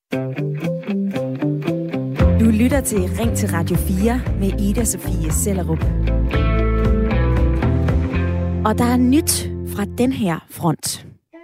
Du lytter til Ring til Radio 4 med Ida Sofie Sellerup. Og der er nyt fra den her front.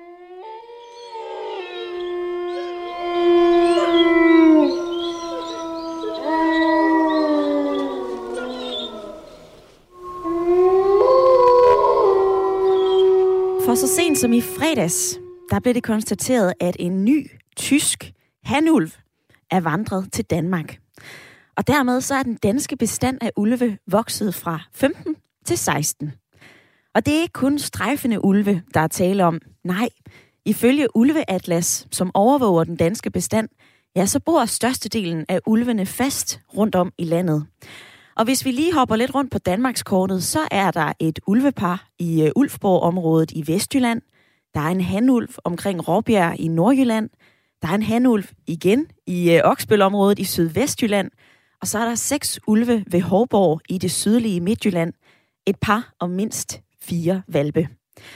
For så sent som i fredags, der blev det konstateret, at en ny tysk hanulv er vandret til Danmark. Og dermed så er den danske bestand af ulve vokset fra 15 til 16. Og det er ikke kun strejfende ulve, der er tale om. Nej, ifølge Ulveatlas, som overvåger den danske bestand, ja, så bor størstedelen af ulvene fast rundt om i landet. Og hvis vi lige hopper lidt rundt på Danmarkskortet, så er der et ulvepar i Ulfborg-området i Vestjylland. Der er en hanulv omkring Råbjerg i Nordjylland. Der er en hanulv igen i Oksbøl-området i Sydvestjylland. Og så er der 6 ulve ved Hovborg i det sydlige Midtjylland. Et par og mindst 4 hvalpe.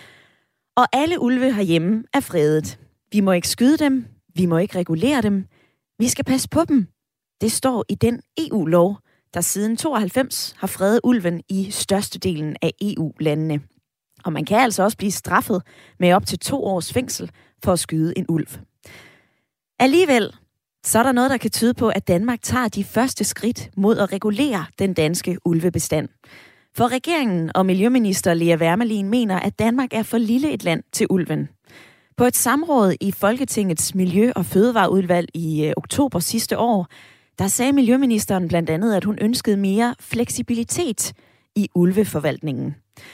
Og alle ulve herhjemme er fredet. Vi må ikke skyde dem. Vi må ikke regulere dem. Vi skal passe på dem. Det står i den EU-lov, der siden 92 har fredet ulven i størstedelen af EU-landene. Og man kan altså også blive straffet med op til 2 års fængsel for at skyde en ulv. Alligevel, så er der noget, der kan tyde på, at Danmark tager de første skridt mod at regulere den danske ulvebestand. For regeringen og miljøminister Lea Wermelin mener, at Danmark er for lille et land til ulven. På et samråd i Folketingets Miljø- og Fødevareudvalg i oktober sidste år, der sagde miljøministeren blandt andet, at hun ønskede mere fleksibilitet i ulveforvaltningen.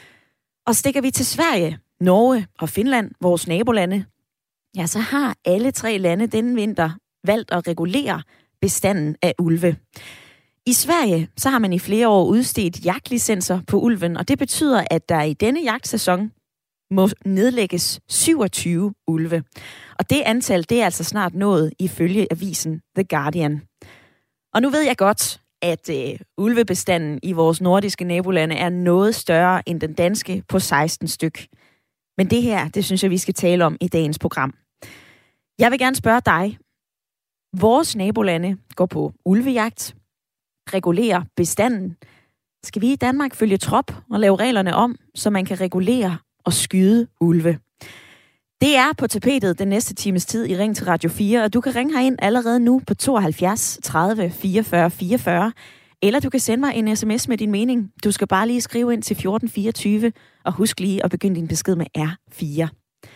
Og stikker vi til Sverige, Norge og Finland, vores nabolande, ja, så har alle 3 lande denne vinter valgt at regulere bestanden af ulve. I Sverige så har man i flere år udstedt jagtlicenser på ulven, og det betyder, at der i denne jagtsæson må nedlægges 27 ulve. Og det antal, det er altså snart nået ifølge avisen The Guardian. Og nu ved jeg godt, at ulvebestanden i vores nordiske nabolande er noget større end den danske på 16 styk. Men det her, det synes jeg, vi skal tale om i dagens program. Jeg vil gerne spørge dig. Vores nabolande går på ulvejagt, regulerer bestanden. Skal vi i Danmark følge trop og lave reglerne om, så man kan regulere og skyde ulve? Det er på tapetet den næste times tid i Ring til Radio 4, og du kan ringe herind allerede nu på 72 30 44 44, eller du kan sende mig en sms med din mening. Du skal bare lige skrive ind til 1424, og husk lige at begynde din besked med R4.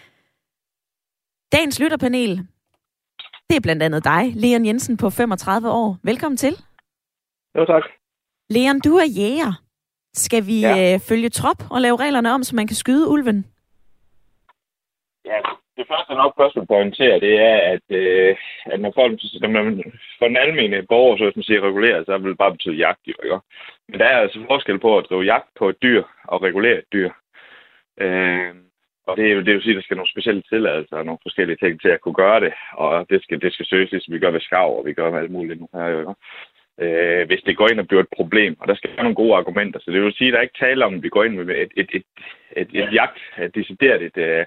Dagens lytterpanel, det er blandt andet dig, Leon Jensen på 35 år. Velkommen til. Jo, tak. Leon, du er jæger. Skal vi følge trop og lave reglerne om, så man kan skyde ulven? Ja, det første nok først vil pointere, det er, at når folk, for den almene borger, så hvis man siger regulere, så vil det bare betyde jagt, jo. Men der er altså forskel på at drive jagt på et dyr og regulere et dyr. Og det er jo sige, at der skal nogle specielle tilladelser og nogle forskellige ting til at kunne gøre det. Og det skal søges, ligesom vi gør ved skarv, og vi gør med alt muligt nu her, jo. Hvis det går ind og bliver et problem, og der skal være nogle gode argumenter. Så det vil sige, at der er ikke tale om, at vi går ind med et jagt, decideret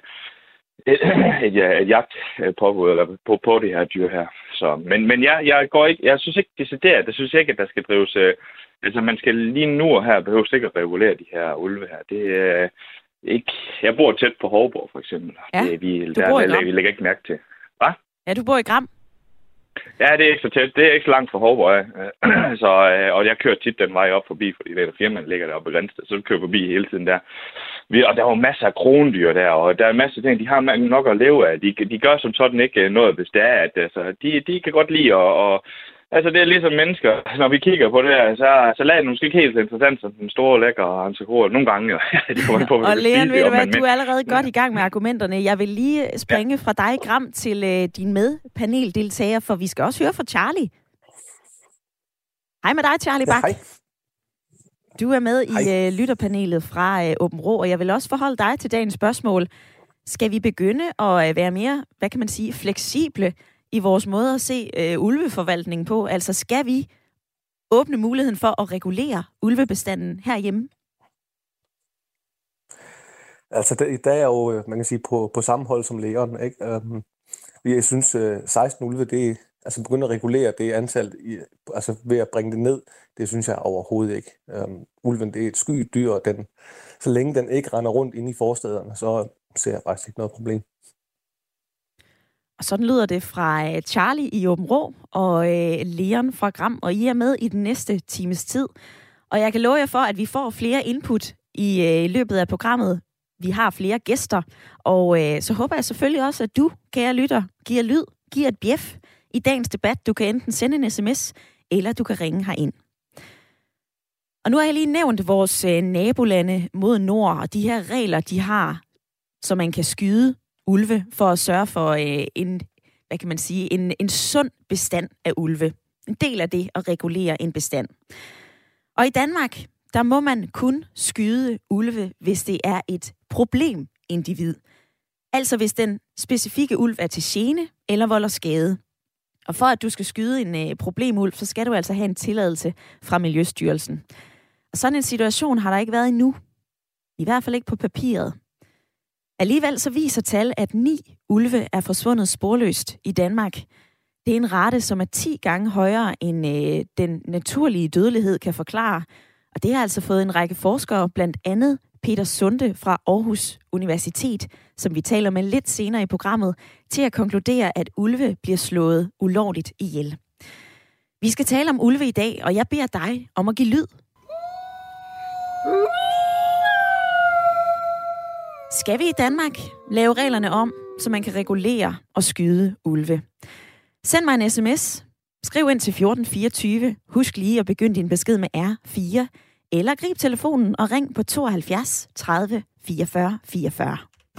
et jagtpåbud eller på det her dyr her. Så, men jeg synes ikke decideret, jeg synes ikke, at der skal drives, altså man skal lige nu og her behøver sikkert regulere de her ulve her. Det er ikke, jeg bor tæt på Hovborg for eksempel. Ja, vi lægger ikke mærke til. Hvad? Ja, du bor i Gram. Ja, det er ikke så tæt. Det er ikke så langt fra Hovborg af. Og jeg kører tit den vej op forbi, fordi det firmaet ligger deroppe i Grænsted, så kører forbi hele tiden der. Og der var masser af krondyr der, og der er masser af ting, de har nok at leve af. De gør som sådan ikke noget, hvis det er, at altså, de kan godt lide at altså, det er ligesom mennesker. Når vi kigger på det her, så lader det måske ikke helt så interessant som den store, lækre entrecote. Nogle gange, de kommer på, og Leon, ved du hvad, du er allerede godt i gang med argumenterne. Jeg vil lige springe fra dig, Gram, til din medpaneldeltager, for vi skal også høre fra Charlie. Hej med dig, Charlie Bak. Ja, hej. Du er med i lytterpanelet fra Åben Rå, og jeg vil også forholde dig til dagens spørgsmål. Skal vi begynde at være mere, hvad kan man sige, fleksible i vores måde at se ulveforvaltningen på? Altså skal vi åbne muligheden for at regulere ulvebestanden herhjemme? Altså der er jo, man kan sige, på samme hold som Leon, ikke? Jeg synes, 16 ulve, det Altså begynde at regulere det antal, altså ved at bringe det ned, det synes jeg overhovedet ikke. Ulven, det er et sky dyr, og så længe den ikke render rundt inde i forstederne, så ser jeg faktisk ikke noget problem. Og sådan lyder det fra Charlie i Aabenraa og Leon fra Gram, og I er med i den næste times tid. Og jeg kan love jer for, at vi får flere input i løbet af programmet. Vi har flere gæster, og så håber jeg selvfølgelig også, at du, kære lytter, giver lyd, giver et bjef i dagens debat. Du kan enten sende en sms, eller du kan ringe herind. Og nu har jeg lige nævnt vores nabolande mod nord, og de her regler, de har, så man kan skyde ulve for at sørge for en sund bestand af ulve. En del af det at regulere en bestand. Og i Danmark, der må man kun skyde ulve, hvis det er et problemindivid. Altså hvis den specifikke ulv er til gene eller volder skade. Og for at du skal skyde en problemulv, så skal du altså have en tilladelse fra Miljøstyrelsen. Og sådan en situation har der ikke været endnu. I hvert fald ikke på papiret. Alligevel så viser tal, at 9 ulve er forsvundet sporløst i Danmark. Det er en rate, som er 10 gange højere, end den naturlige dødelighed kan forklare. Og det har altså fået en række forskere, blandt andet Peter Sunde fra Aarhus Universitet, som vi taler med lidt senere i programmet, til at konkludere, at ulve bliver slået ulovligt ihjel. Vi skal tale om ulve i dag, og jeg beder dig om at give lyd. Skal vi i Danmark lave reglerne om, så man kan regulere og skyde ulve? Send mig en sms. Skriv ind til 1424. Husk lige at begynde din besked med R4. Eller grib telefonen og ring på 72 30 44 44.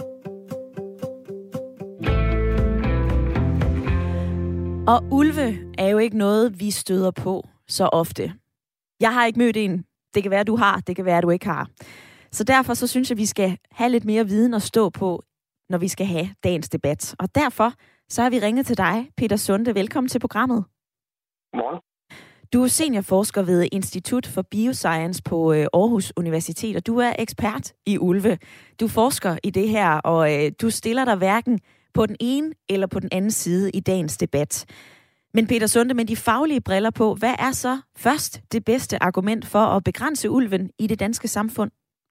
Og ulve er jo ikke noget, vi støder på så ofte. Jeg har ikke mødt en. Det kan være, du har. Det kan være, du ikke har. Så derfor så synes jeg, vi skal have lidt mere viden at stå på, når vi skal have dagens debat. Og derfor så har vi ringet til dig, Peter Sunde. Velkommen til programmet. Godmorgen. Du er seniorforsker ved Institut for Bioscience på Aarhus Universitet, og du er ekspert i ulve. Du forsker i det her, og du stiller dig hverken på den ene eller på den anden side i dagens debat. Men Peter Sunde, med de faglige briller på, hvad er så først det bedste argument for at begrænse ulven i det danske samfund?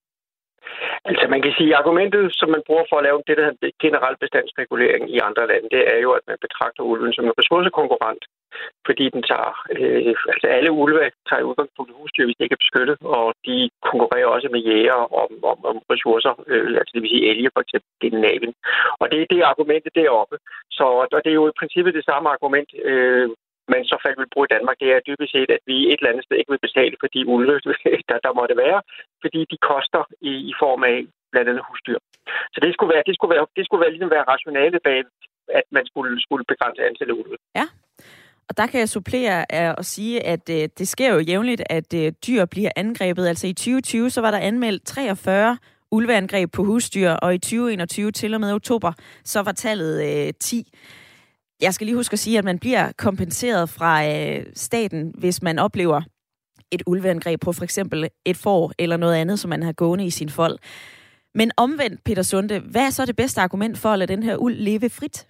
Altså man kan sige, at argumentet, som man bruger for at lave det, der hedder generel bestandsregulering i andre lande, det er jo, at man betragter ulven som en ressourcekonkurrent, fordi den tager, altså alle ulve tager udgangspunkt i husdyr, hvis det ikke er beskyttet, og de konkurrerer også med jæger om ressourcer, altså det vil sige elge for eksempel Skandinavien. Og det er det argumentet deroppe. Så og det er jo i princippet det samme argument, man så fald vil bruge i Danmark, det er dybest set, at vi et eller andet sted ikke vil betale for de ulve, der måtte være, fordi de koster i form af blandt andet husdyr. Så det skulle ligesom være rationale bag, at man skulle begrænse antallet af ulve. Ja, og der kan jeg supplere og sige, at det sker jo jævnligt, at dyr bliver angrebet. Altså i 2020, så var der anmeldt 43 ulveangreb på husdyr, og i 2021 til og med oktober, så var tallet 10. Jeg skal lige huske at sige, at man bliver kompenseret fra staten, hvis man oplever et ulveangreb på for eksempel et får eller noget andet, som man har gående i sin fold. Men omvendt, Peter Sunde, hvad er så det bedste argument for at lade den her ulv leve frit?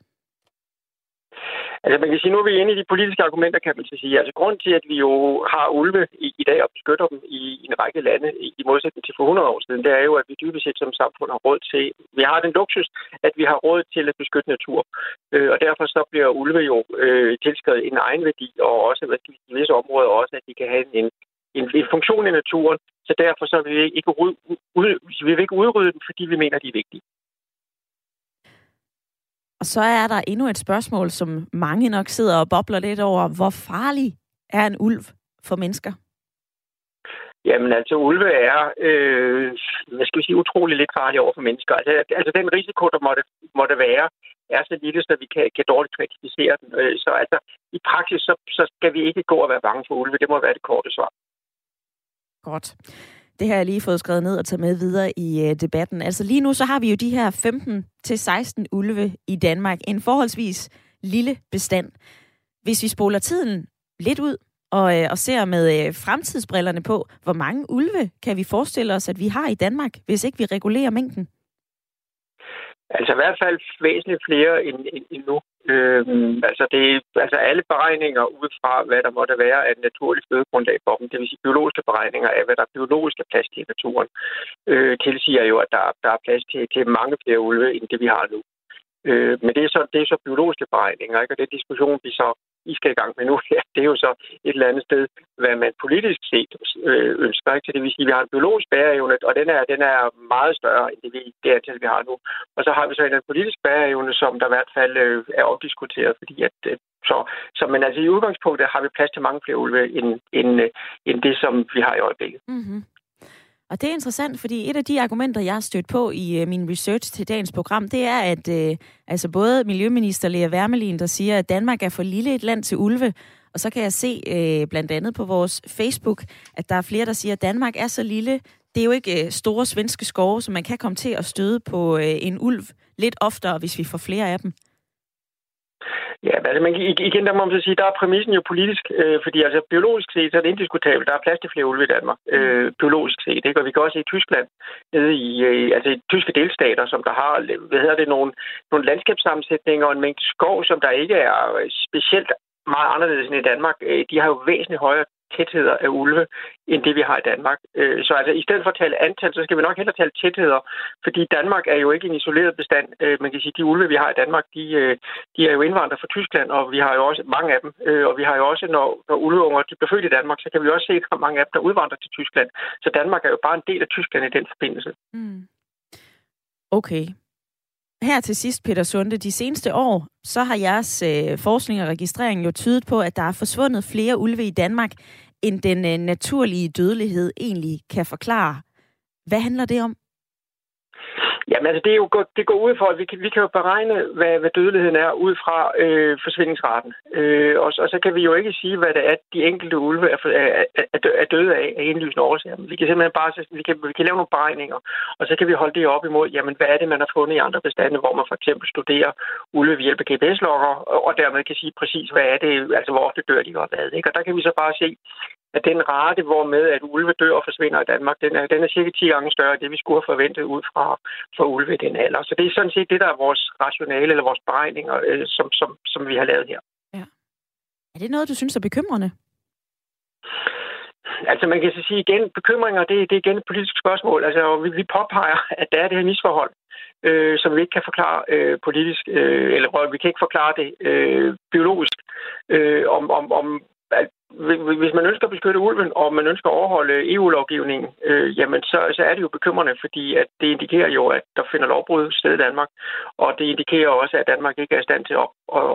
Altså man kan sige, nu er vi inde i de politiske argumenter, kan man sige. Altså grund til, at vi jo har ulve i dag og beskytter dem i en række lande, i modsætning til for 100 år siden, det er jo, at vi dybest set som samfund har råd til, vi har den luksus, at vi har råd til at beskytte natur. Og derfor så bliver ulve jo tilskrevet en egen værdi, og også i visse områder også, at de kan have en funktion i naturen. Så derfor så vil vi ikke udrydde dem, fordi vi mener, de er vigtige. Og så er der endnu et spørgsmål, som mange nok sidder og bobler lidt over. Hvor farlig er en ulv for mennesker? Jamen altså, ulve er, utrolig lidt farlig over for mennesker. Altså den risiko, der måtte være, er så lille, så vi kan dårligt kvantificere den. Så altså, i praksis, så skal vi ikke gå og være bange for ulve. Det må være det korte svar. Godt. Det har jeg lige fået skrevet ned og taget med videre i debatten. Altså lige nu så har vi jo de her 15-16 ulve i Danmark. En forholdsvis lille bestand. Hvis vi spoler tiden lidt ud og ser med fremtidsbrillerne på, hvor mange ulve kan vi forestille os, at vi har i Danmark, hvis ikke vi regulerer mængden? Altså i hvert fald væsentligt flere end nu. Altså alle beregninger ud fra, hvad der måtte være af et naturligt fødegrundlag for dem, det vil sige biologiske beregninger af, hvad der er biologisk plads til i naturen, tilsiger jo, at der er plads til mange flere ulve, end det vi har nu. Men det er så biologiske beregninger, ikke? Og den diskussion, I skal i gang med nu, det er jo så et eller andet sted, hvad man politisk set ønsker. Ikke? Så det vil sige, at vi har en biologisk bæreevne, og den er meget større end det antal, vi har nu. Og så har vi så en politisk bæreevne, som der i hvert fald er opdiskuteret, fordi at men altså i udgangspunktet har vi plads til mange flere ulve end det, som vi har i øjeblikket. Mm-hmm. Og det er interessant, fordi et af de argumenter, jeg har stødt på i min research til dagens program, det er, at både miljøminister Lea Wermelin, der siger, at Danmark er for lille et land til ulve, og så kan jeg se blandt andet på vores Facebook, at der er flere, der siger, at Danmark er så lille. Det er jo ikke store svenske skove, så man kan komme til at støde på en ulv lidt oftere, hvis vi får flere af dem. Ja, altså igen, der må man så sige, der er præmissen jo politisk, fordi altså biologisk set, så er det indiskutabelt. Der er plads til flere ulve i Danmark, biologisk set, ikke? Og vi kan også se i Tyskland, nede i tyske delstater, som der har, nogle landskabssammensætninger og en mængde skov, som der ikke er specielt meget anderledes end i Danmark. De har jo væsentligt højere tætheder af ulve, end det vi har i Danmark. Så altså, i stedet for at tale antal, så skal vi nok hellere tale tætheder, fordi Danmark er jo ikke en isoleret bestand. Man kan sige, at de ulve, vi har i Danmark, de er jo indvandret fra Tyskland, og vi har jo også mange af dem. Og vi har jo også, når ulveunger de bliver født i Danmark, så kan vi også se, at der er mange af dem, der udvandrer til Tyskland. Så Danmark er jo bare en del af Tyskland i den forbindelse. Mm. Okay. Her til sidst, Peter Sunde, de seneste år, så har jeres forskning og registrering jo tydet på, at der er forsvundet flere ulve i Danmark, end den naturlige dødelighed egentlig kan forklare. Hvad handler det om? Jamen altså, det går ud for, at vi kan jo beregne, hvad dødeligheden er ud fra forsvindingsraten. Og så kan vi jo ikke sige, hvad det er, de enkelte ulve er døde af indlysende årsager. Vi kan simpelthen bare vi kan lave nogle beregninger, og så kan vi holde det op imod, jamen hvad er det, man har fundet i andre bestande, hvor man for eksempel studerer ulve ved hjælp af GPS-logger, og dermed kan sige præcis, hvad er det, altså hvor ofte dør de og hvad, ikke? Og der kan vi så bare se, at den rate, hvormed at ulve dør og forsvinder i Danmark, den er cirka 10 gange større end det, vi skulle have forventet ud fra ulve i den alder. Så det er sådan set det, der er vores rationale eller vores beregninger, som vi har lavet her. Ja. Er det noget, du synes er bekymrende? Altså man kan så sige igen, bekymringer, det er igen et politisk spørgsmål. Altså vi påpeger, at der er det her misforhold, som vi ikke kan forklare politisk, eller vi kan ikke forklare det biologisk, hvis man ønsker at beskytte ulven, og man ønsker at overholde EU-lovgivningen, jamen så er det jo bekymrende, fordi at det indikerer jo, at der finder lovbrud sted i Danmark, og det indikerer også, at Danmark ikke er i stand til at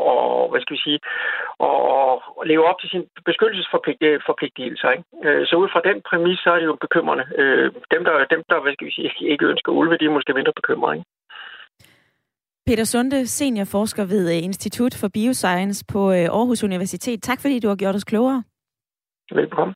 leve op til sine beskyttelsesforpligtelser. Ikke? Så ud fra den præmis, så er det jo bekymrende. Dem der ikke ønsker ulve, de er måske mindre bekymrede. Ikke? Peter Sunde, seniorforsker ved Institut for Bioscience på Aarhus Universitet. Tak fordi du har gjort os klogere. Velbekomme.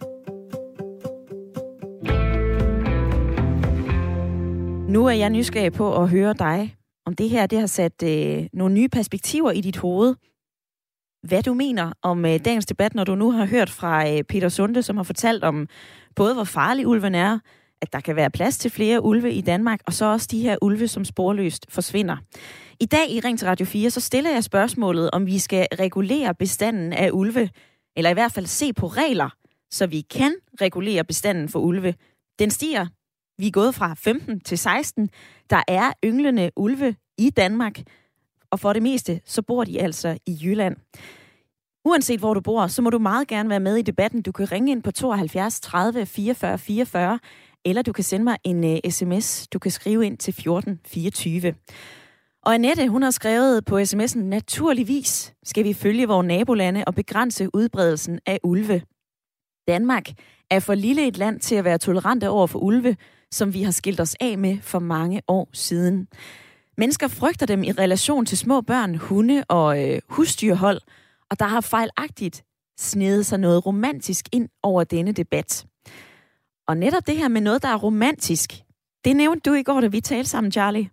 Nu er jeg nysgerrig på at høre dig, om det her det har sat nogle nye perspektiver i dit hoved. Hvad du mener om dagens debat, når du nu har hørt fra Peter Sunde, som har fortalt om både hvor farlig ulven er, at der kan være plads til flere ulve i Danmark, og så også de her ulve, som sporløst forsvinder. I dag i Ring til Radio 4, så stiller jeg spørgsmålet, om vi skal regulere bestanden af ulve, eller i hvert fald se på regler, så vi kan regulere bestanden for ulve. Den stiger. Vi er gået fra 15 til 16. Der er ynglende ulve i Danmark, og for det meste, så bor de altså i Jylland. Uanset hvor du bor, så må du meget gerne være med i debatten. Du kan ringe ind på 72 30 44 44, eller du kan sende mig en sms. Du kan skrive ind til 14 24. Og Annette, hun har skrevet på sms'en, naturligvis skal vi følge vores nabolande og begrænse udbredelsen af ulve. Danmark er for lille et land til at være tolerante over for ulve, som vi har skilt os af med for mange år siden. Mennesker frygter dem i relation til små børn, hunde og husdyrhold, og der har fejlagtigt snedet sig noget romantisk ind over denne debat. Og netop det her med noget, der er romantisk, det nævnte du i går, da vi talte sammen, Charlie.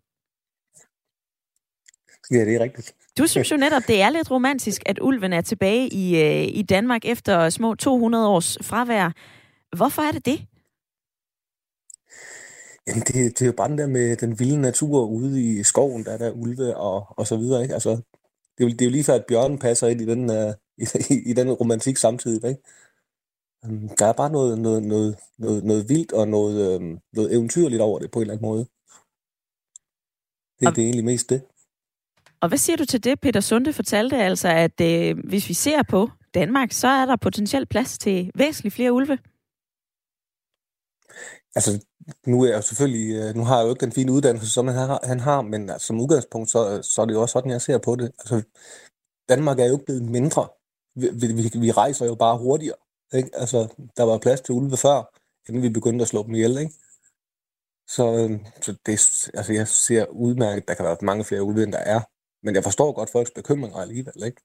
Ja, det er rigtigt. Du synes jo netop, det er lidt romantisk, at ulven er tilbage i Danmark efter små 200 års fravær. Hvorfor er det det? Jamen, det er jo bare den der med den vilde natur ude i skoven, der er der ulve og så videre, ikke? Altså, det er jo lige før, at bjørnen passer ind i den, i den romantik samtidig, ikke? Der er bare noget vildt og noget eventyrligt over det på en eller anden måde. Det er egentlig mest det. Og hvad siger du til det? Peter Sunde fortalte altså, at hvis vi ser på Danmark, så er der potentielt plads til væsentligt flere ulve. Altså, nu har jeg jo ikke den fine uddannelse, som han har, men altså, som udgangspunkt, så er det jo også sådan, jeg ser på det. Altså, Danmark er jo ikke blevet mindre. Vi rejser jo bare hurtigere, ikke? Altså, der var plads til ulve før, inden vi begyndte at slå dem ihjel, ikke? Så det, altså, jeg ser udmærket, der kan være mange flere ulve, end der er. Men jeg forstår godt folks bekymringer alligevel, ikke?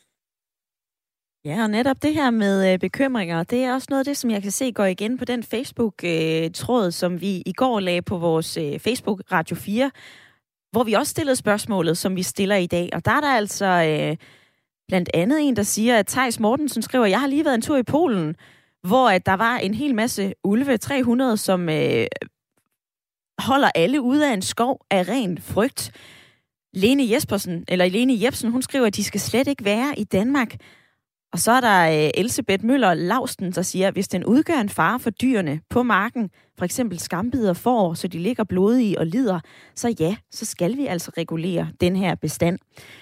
Ja, og netop det her med bekymringer, det er også noget af det, som jeg kan se går igen på den Facebook-tråd, som vi i går lagde på vores Facebook Radio 4, hvor vi også stillede spørgsmålet, som vi stiller i dag. Og der er der altså blandt andet en, der siger, at Theis Mortensen skriver, jeg har lige været en tur i Polen, hvor der var en hel masse ulve, 300, som holder alle ude af en skov af ren frygt. Lene Jepsen, hun skriver, at de skal slet ikke være i Danmark. Og så er der Elsebeth Møller Lausten, der siger, at hvis den udgør en fare for dyrene på marken, for eksempel skambider får, så de ligger blodige og lider, så ja, så skal vi altså regulere den her bestand.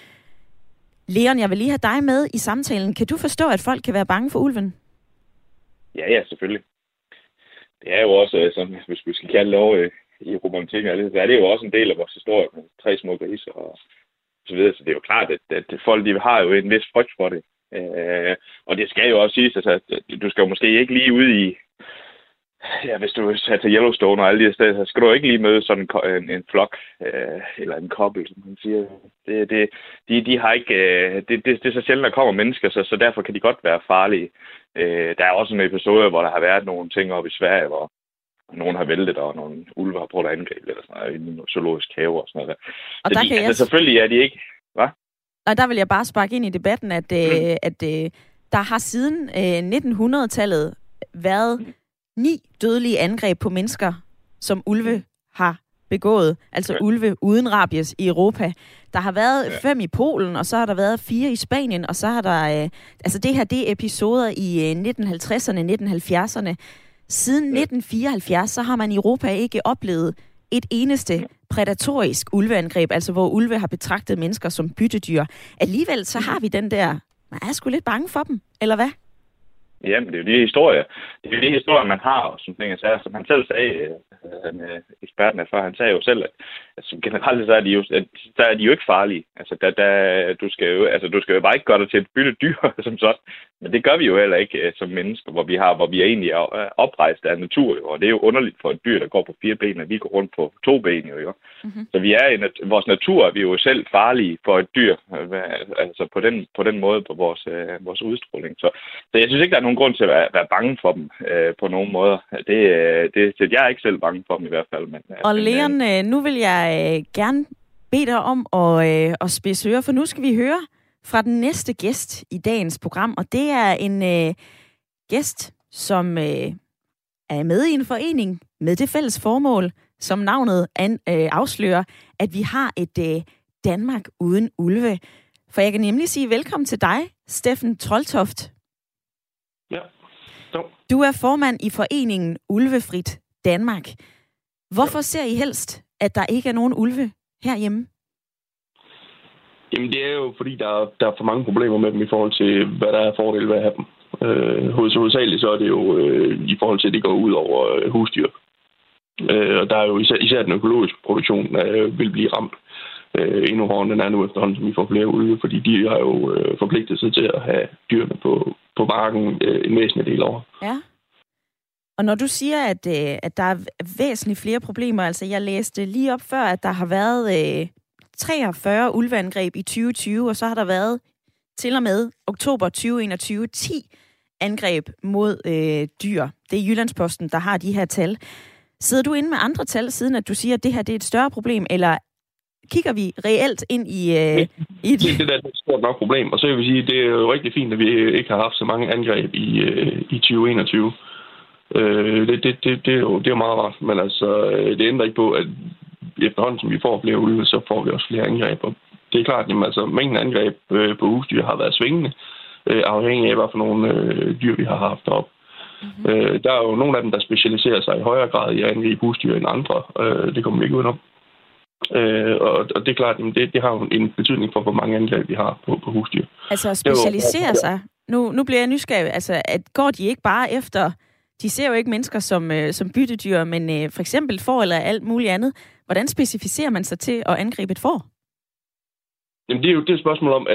Leon, jeg vil lige have dig med i samtalen. Kan du forstå, at folk kan være bange for ulven? Ja, selvfølgelig. Det er jo også, som hvis vi skal kalde det over i romantikken, så er det jo også en del af vores historie med 3 små grise og så videre. Så det er jo klart, at folk de har jo en vis frygt for det. Og det skal jo også siges, altså, at du skal jo måske ikke lige ud i, ja, hvis du tager til Yellowstone og alle de steder, så skal du ikke lige møde sådan en flok, eller en kobbel, som man siger. De har ikke, det er så sjældent, der kommer mennesker, så derfor kan de godt være farlige. Der er også en episode, hvor der har været nogle ting oppe i Sverige, hvor nogen har væltet, og nogle ulve har prøvet at angribe, eller sådan noget, i en zoologisk have og sådan noget der. Og så der altså, selvfølgelig er de ikke, hvad? Og der vil jeg bare sparke ind i debatten, at der har siden 1900-tallet været 9 dødelige angreb på mennesker, som ulve har begået. Altså ulve uden rabies i Europa. Der har været 5 i Polen, og så har der været 4 i Spanien, og så har der... altså det her, det er episoder i 1950'erne, 1970'erne. Siden 1974, så har man i Europa ikke oplevet et eneste prædatorisk ulveangreb, altså hvor ulve har betragtet mennesker som byttedyr. Alligevel så har vi den der, man er sgu lidt bange for dem, eller hvad? Jamen, det er jo de historier. Det er jo de historier, man har, og som ting, som han selv sagde, eksperten før, han sagde jo selv, at som generelt så er de jo ikke farlige. Altså, du skal jo bare ikke gøre dig til et byttedyr, som sådan. Men det gør vi jo heller ikke som mennesker, hvor vi er egentlig oprejst af natur, jo. Og det er jo underligt for et dyr, der går på 4 ben, og vi går rundt på 2 ben, jo. Mm-hmm. Så vi er vores natur er vi jo selv farlige for et dyr, altså på den måde på vores udstråling. Så jeg synes ikke, der er nogen grund til at være bange for dem på nogen måder. Jeg er ikke selv bange for dem i hvert fald. Og Leon, nu vil jeg gerne bede dig om at spidse ører, for nu skal vi høre fra den næste gæst i dagens program, og det er en gæst, som er med i en forening med det fælles formål, som navnet afslører, at vi har et Danmark uden ulve. For jeg kan nemlig sige velkommen til dig, Steffen Troldtoft. Ja. Så. Du er formand i foreningen Ulvefrit Danmark. Hvorfor ser I helst, at der ikke er nogen ulve herhjemme? Jamen, det er jo fordi, der er for mange problemer med dem i forhold til, hvad der er fordel ved at have dem. Hovedsageligt så er det jo i forhold til, at det går ud over husdyr. Og der er jo især den økologiske produktion, der vil blive ramt endnu hårdere, end den er nu efterhånden, som vi får flere ulve, fordi de har jo forpligtet sig til at have dyrene på marken en væsentlig del over. Ja. Og når du siger, at der er væsentligt flere problemer, altså jeg læste lige op før, at der har været 43 ulveangreb i 2020, og så har der været til og med oktober 2021 10 angreb mod dyr. Det er Jyllandsposten, der har de her tal. Sidder du inde med andre tal, siden at du siger, at det her det er et større problem, eller kigger vi reelt ind i et... Det er et stort nok problem, og så vil vi sige, at det er jo rigtig fint, at vi ikke har haft så mange angreb i 2021. Det er jo meget rart, men altså, det ændrer ikke på, at efterhånden, som vi får flere ulve, så får vi også flere angreb. Og det er klart, at altså, mængden angreb på husdyr har været svingende, afhængig af, hvad for nogle dyr vi har haft deroppe. Mm-hmm. Der er jo nogle af dem, der specialiserer sig i højere grad i at angribe husdyr end andre. Det kommer vi ikke udenom. Og det er klart, at det har jo en betydning for, hvor mange angreb vi har på husdyr. Altså specialisere sig? Nu bliver jeg nysgerrig. Altså, at går de ikke bare efter... De ser jo ikke mennesker som byttedyr, men for eksempel får eller alt muligt andet. Hvordan specificerer man sig til at angribe et får? Jamen, det er jo et spørgsmål om, at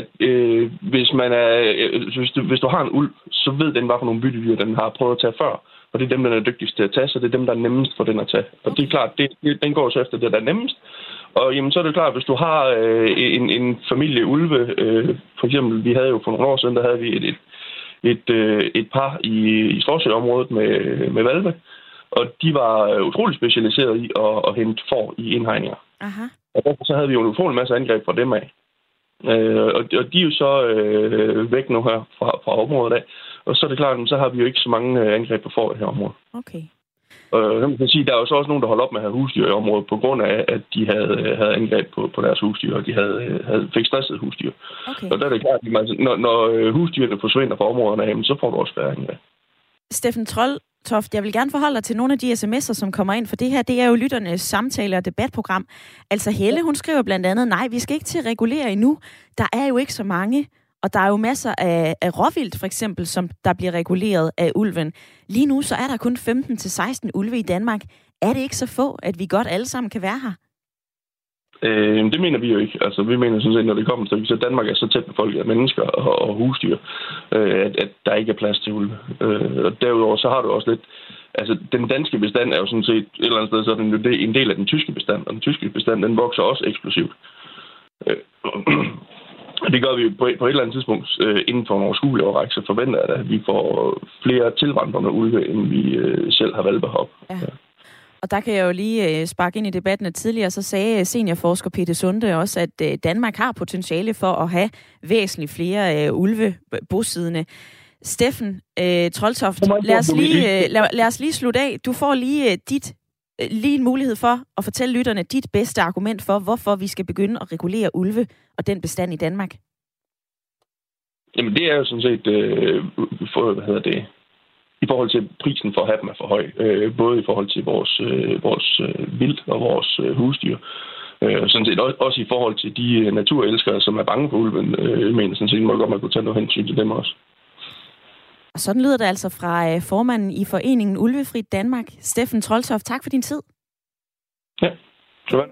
hvis du har en ulv, så ved den, hvad for nogle byttedyr, den har prøvet at tage før. Og det er dem, den er dygtigst til at tage, så det er dem, der er nemmest for den at tage. Og det er klart, den går så efter det, der er nemmest. Og jamen, så er det klart, hvis du har en familie ulve, for eksempel, vi havde jo for nogle år siden, der havde vi et par i Stråsø-området med valve, og de var utrolig specialiseret i at hente får i indhegninger. Aha. Og derfor så havde vi jo en utrolig masse angreb fra dem af. Og de er jo så væk nu her fra området af. Og så er det klart, så har vi jo ikke så mange angreb på får i det her område. Okay. Og man kan sige, der er jo så også nogen, der holdt op med at have husdyr i området, på grund af, at de havde angreb på deres husdyr, og de fik stresset husdyr. Okay. Og der er det klart, at når husdyrene forsvinder fra områderne, så får du også færre angreb. Steffen Troeltoft, jeg vil gerne forholde dig til nogle af de sms'er, som kommer ind, for det her, det er jo lytternes samtale- og debatprogram. Altså Helle, hun skriver blandt andet, nej, vi skal ikke til at regulere endnu. Der er jo ikke så mange, og der er jo masser af råvildt, for eksempel, som der bliver reguleret af ulven. Lige nu, så er der kun 15-16 ulve i Danmark. Er det ikke så få, at vi godt alle sammen kan være her? Det mener vi jo ikke. Altså, vi mener sådan set, når det kommer til, så Danmark er så tæt befolket af mennesker og husdyr, at der ikke er plads til ulve. Og derudover, så har du også lidt... Altså, den danske bestand er jo sådan set et eller andet sted, så er den jo en del af den tyske bestand, og den tyske bestand, den vokser også eksplosivt. Det gør vi på et eller andet tidspunkt inden for en overskuelig årrække, så forventer jeg, at vi får flere tilvandrende ulve, end vi selv har valgt op. Ja. Og der kan jeg jo lige sparke ind i debatten tidligere, så sagde seniorforsker Peter Sunde også, at Danmark har potentiale for at have væsentligt flere ulve bosiddende. Steffen Troeltoft, lad os lige slutte af. Du får lige en mulighed for at fortælle lytterne dit bedste argument for, hvorfor vi skal begynde at regulere ulve og den bestand i Danmark. Jamen det er jo sådan set, i forhold til prisen for at have dem er for høj. Både i forhold til vores vildt og vores husdyr. Sådan set også i forhold til de naturelskere, som er bange for ulven. Men sådan set må det godt, man kunne tage noget hensyn til dem også. Og sådan lyder det altså fra formanden i foreningen Ulvefrit Danmark, Steffen Troeltoft. Tak for din tid. Ja, sådan.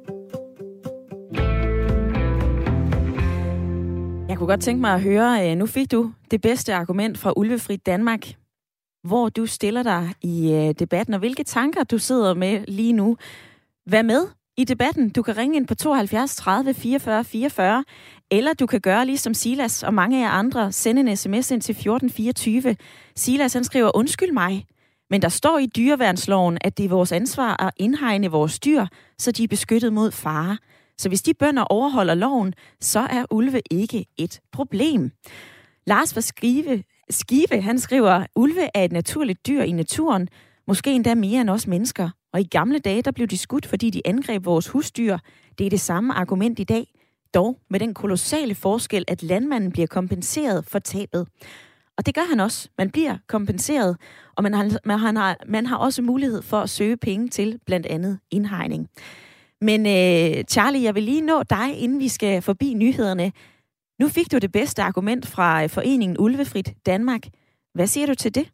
Jeg kunne godt tænke mig at høre, nu fik du det bedste argument fra Ulvefrit Danmark, hvor du stiller dig i debatten, og hvilke tanker du sidder med lige nu. Vær med i debatten. Du kan ringe ind på 72 30 44 44, eller du kan gøre ligesom Silas og mange af jer andre, sende en sms ind til 1424. Silas, han skriver, undskyld mig, men der står i dyreværnsloven, at det er vores ansvar at indhegne vores dyr, så de er beskyttet mod fare. Så hvis de bønder overholder loven, så er ulve ikke et problem. Lars fra Skive, han skriver, ulve er et naturligt dyr i naturen, måske endda mere end os mennesker. Og i gamle dage, der blev de skudt, fordi de angreb vores husdyr. Det er det samme argument i dag, dog med den kolossale forskel, at landmanden bliver kompenseret for tabet. Og det gør han også. Man bliver kompenseret, og man har også mulighed for at søge penge til blandt andet indhegning. Men Charlie, jeg vil lige nå dig, inden vi skal forbi nyhederne. Nu fik du det bedste argument fra foreningen Ulvefrit Danmark. Hvad siger du til det?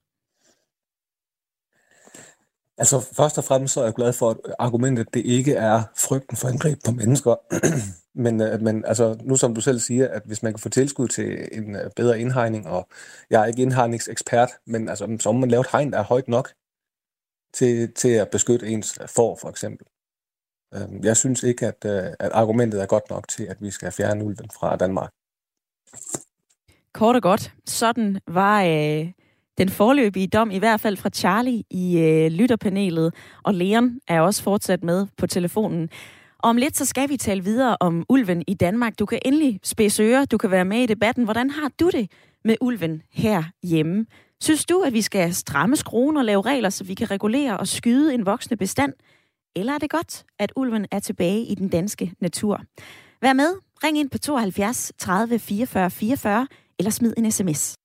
Altså først og fremmest så er jeg glad for, at argumentet det ikke er frygten for angreb på mennesker. men altså, nu som du selv siger, at hvis man kan få tilskud til en bedre indhegning, og jeg er ikke indhegningsekspert, men altså, så må man lave et hegn, der er højt nok til at beskytte ens får, for eksempel. Jeg synes ikke, at argumentet er godt nok til, at vi skal fjerne ulven fra Danmark. Kort og godt. Sådan var den foreløbige dom, i hvert fald fra Charlie i lytterpanelet. Og Leon er også fortsat med på telefonen. Og om lidt, så skal vi tale videre om ulven i Danmark. Du kan endelig spidse ører, du kan være med i debatten. Hvordan har du det med ulven herhjemme. Synes du, at vi skal stramme skruen og lave regler, så vi kan regulere og skyde en voksende bestand? Eller er det godt, at ulven er tilbage i den danske natur? Vær med. Ring ind på 72 30 44 44, eller smid en sms.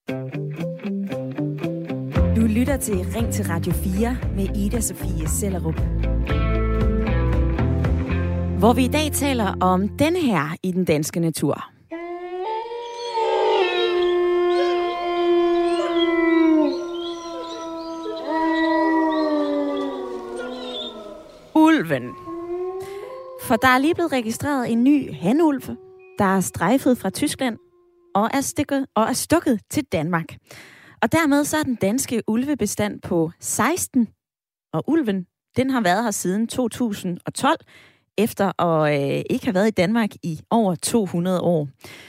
Du lytter til Ring til Radio 4 med Ida Sofie Sellerup. Hvor vi i dag taler om denne her i den danske natur. Ulven. For der er lige blevet registreret en ny hanulv, der er strejfet fra Tyskland og er stukket til Danmark. Og dermed så er den danske ulvebestand på 16. Og ulven, den har været her siden 2012, efter at ikke have været i Danmark i over 200 år.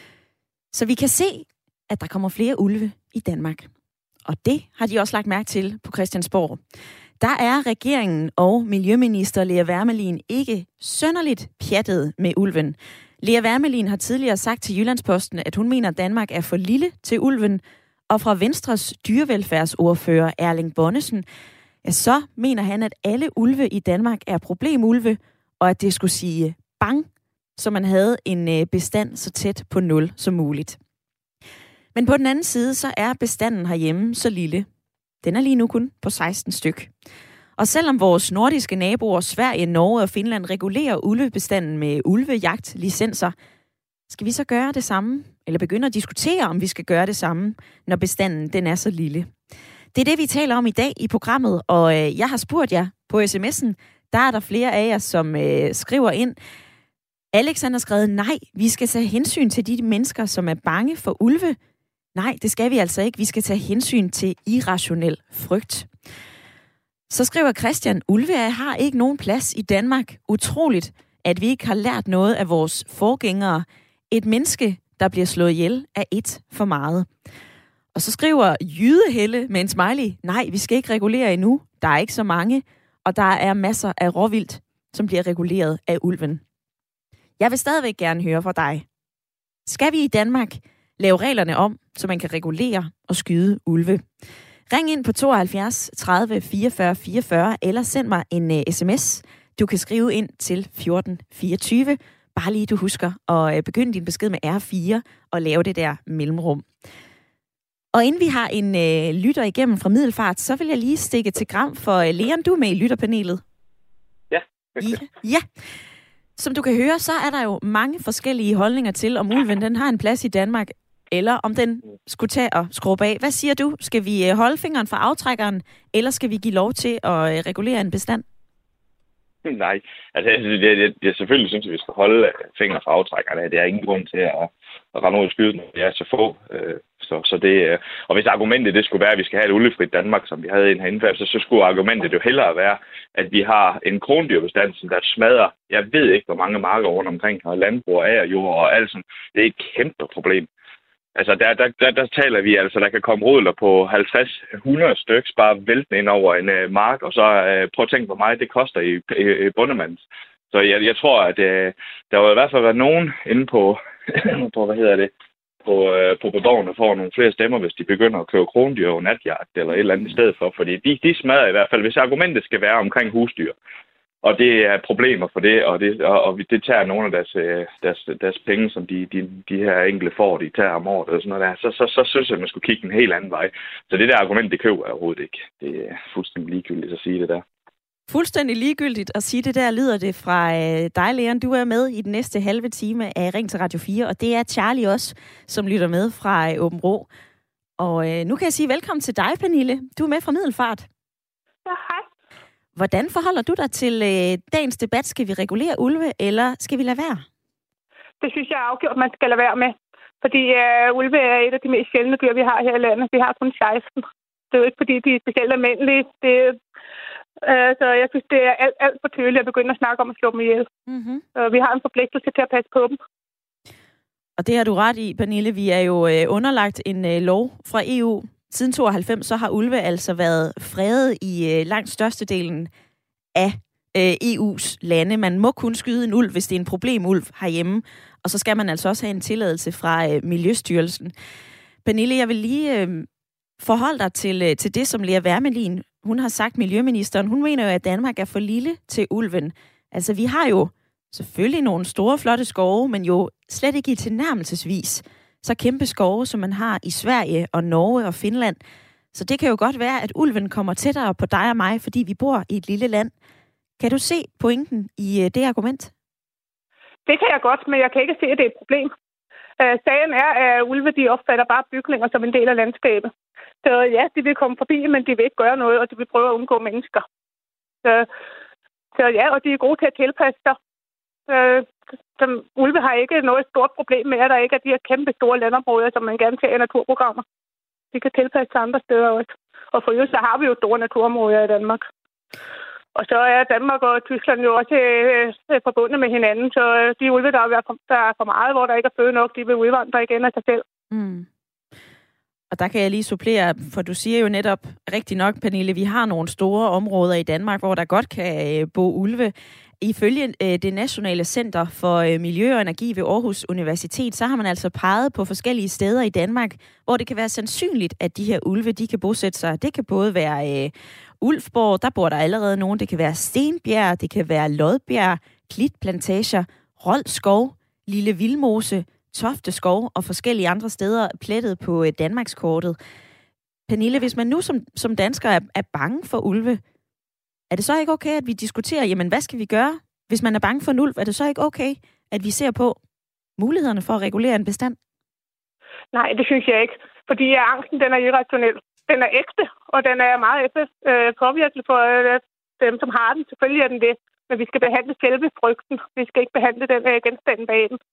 Så vi kan se, at der kommer flere ulve i Danmark. Og det har de også lagt mærke til på Christiansborg. Der er regeringen og miljøminister Lea Wermelin ikke synderligt pjattet med ulven. Lea Wermelin har tidligere sagt til Jyllandsposten, at hun mener, at Danmark er for lille til ulven. Og fra Venstres dyrevelfærdsordfører Erling Bonnesen, ja, så mener han, at alle ulve i Danmark er problemulve, og at det skulle sige bang, så man havde en bestand så tæt på 0 som muligt. Men på den anden side, så er bestanden herhjemme så lille. Den er lige nu kun på 16 styk. Og selvom vores nordiske naboer, Sverige, Norge og Finland regulerer ulvebestanden med ulvejagtlicenser, skal vi så gøre det samme? Eller begynde at diskutere, om vi skal gøre det samme, når bestanden den er så lille? Det er det, vi taler om i dag i programmet, og jeg har spurgt jer på sms'en. Der er der flere af jer, som skriver ind. Alex har skrevet, nej, vi skal tage hensyn til de mennesker, som er bange for ulve. Nej, det skal vi altså ikke. Vi skal tage hensyn til irrationel frygt. Så skriver Christian, ulve har ikke nogen plads i Danmark. Utroligt, at vi ikke har lært noget af vores forgængere. Et menneske, der bliver slået ihjel, er et for meget. Og så skriver Jydehelle med en smiley, nej, vi skal ikke regulere endnu. Der er ikke så mange, og der er masser af råvildt, som bliver reguleret af ulven. Jeg vil stadigvæk gerne høre fra dig. Skal vi i Danmark lave reglerne om, så man kan regulere og skyde ulve? Ring ind på 72 30 44 44, eller send mig en sms. Du kan skrive ind til 1424. Bare lige du husker at begynde din besked med R4 og lave det der mellemrum. Og inden vi har en lytter igennem fra Middelfart, så vil jeg lige stikke til gram for Leon, du er med i lytterpanelet. Ja. Ja. Som du kan høre, så er der jo mange forskellige holdninger til, om ulven den har en plads i Danmark, eller om den skulle tage og skrubbe af. Hvad siger du? Skal vi holde fingeren fra aftrækkeren, eller skal vi give lov til at regulere en bestand? Nej, altså jeg selvfølgelig synes, at vi skal holde fingre fra aftrækkerne. Det er ingen grund til at rende ud i skyden, når det er så få. Så det, og hvis argumentet det skulle være, at vi skal have et ulvefrit Danmark, som vi havde herinde, så skulle argumentet jo hellere være, at vi har en krondyrbestand, som der smadrer, jeg ved ikke, hvor mange marker rundt omkring, og landbrug og agerjord og alt sådan. Det er et kæmpe problem. Altså, der taler vi altså, der kan komme rodler på 50-100 stykker, bare væltende ind over en mark, og så prøv at tænke, hvor meget det koster i bundemands. Så jeg tror, at der vil i hvert fald være nogen inde på, på borgerne får nogle flere stemmer, hvis de begynder at købe krondyr og natjagt eller et eller andet i stedet for, fordi de smadrer i hvert fald, hvis argumentet skal være omkring husdyr. Og det er problemer for det, og det tager nogle af deres penge, som de her enkelte får, de tager om året, og sådan noget der. Så synes jeg, at man skulle kigge en helt anden vej. Så det der argument, det køber jeg overhovedet ikke. Det er fuldstændig ligegyldigt at sige det der. Fuldstændig ligegyldigt at sige det der, lyder det fra dig, Leon. Du er med i den næste halve time af Ring til Radio 4, og det er Charlie også, som lytter med fra Åben Rå. Og nu kan jeg sige velkommen til dig, Pernille. Du er med fra Middelfart. Ja, hej. Hvordan forholder du dig til dagens debat? Skal vi regulere ulve, eller skal vi lade være? Det synes jeg er afgjort, man skal lade være med. Fordi ulve er et af de mest sjældne dyr, vi har her i landet. Vi har kun 16. Det er jo ikke, fordi de er specielt almindelige. Så jeg synes, det er alt for tydeligt at begynde at snakke om at slå dem ihjel. Mm-hmm. Vi har en forpligtelse til at passe på dem. Og det har du ret i, Pernille. Vi er jo underlagt en lov fra EU. Siden 92 så har ulve altså været fredet i langt størstedelen af EU's lande. Man må kun skyde en ulv, hvis det er en problemulv herhjemme. Og så skal man altså også have en tilladelse fra Miljøstyrelsen. Pernille, jeg vil lige forholde dig til det, som Lea Wermelin, hun har sagt, miljøministeren. Hun mener jo, at Danmark er for lille til ulven. Altså, vi har jo selvfølgelig nogle store, flotte skove, men jo slet ikke i tilnærmelsesvis så kæmpe skove, som man har i Sverige og Norge og Finland. Så det kan jo godt være, at ulven kommer tættere på dig og mig, fordi vi bor i et lille land. Kan du se pointen i det argument? Det kan jeg godt, men jeg kan ikke se, at det er et problem. Sagen er, at ulve de opfatter bare bygninger som en del af landskabet. Så ja, de vil komme forbi, men de vil ikke gøre noget, og de vil prøve at undgå mennesker. Så ja, og de er gode til at tilpasse sig. Ulve har ikke noget stort problem med, at der ikke er de her kæmpe store landområder, som man gerne ser i naturprogrammer. De kan tilpasse sig andre steder også. Og for øvrigt, så har vi jo store naturområder i Danmark. Og så er Danmark og Tyskland jo også forbundet med hinanden, så de ulve, der er for meget, hvor der ikke er føde nok, de vil udvandre igen af sig selv. Mm. Og der kan jeg lige supplere, for du siger jo netop rigtig nok, Pernille, vi har nogle store områder i Danmark, hvor der godt kan bo ulve. Ifølge det Nationale Center for Miljø og Energi ved Aarhus Universitet, så har man altså peget på forskellige steder i Danmark, hvor det kan være sandsynligt, at de her ulve, de kan bosætte sig. Det kan både være Ulfborg, der bor der allerede nogen. Det kan være Stenbjerg, det kan være Lodbjerg, Klitplantager, Rold Skov, Lille Vildmose, Tofte Skov og forskellige andre steder plettet på Danmarkskortet. Pernille, hvis man nu som dansker er bange for ulve, er det så ikke okay, at vi diskuterer, jamen hvad skal vi gøre? Hvis man er bange for en ulv, er det så ikke okay, at vi ser på mulighederne for at regulere en bestand? Nej, det synes jeg ikke. Fordi angsten, den er irrationel. Den er ægte, og den er meget påvirkelig for dem, som har den. Selvfølgelig er den det, men vi skal behandle selve frygten. Vi skal ikke behandle den genstand bag den.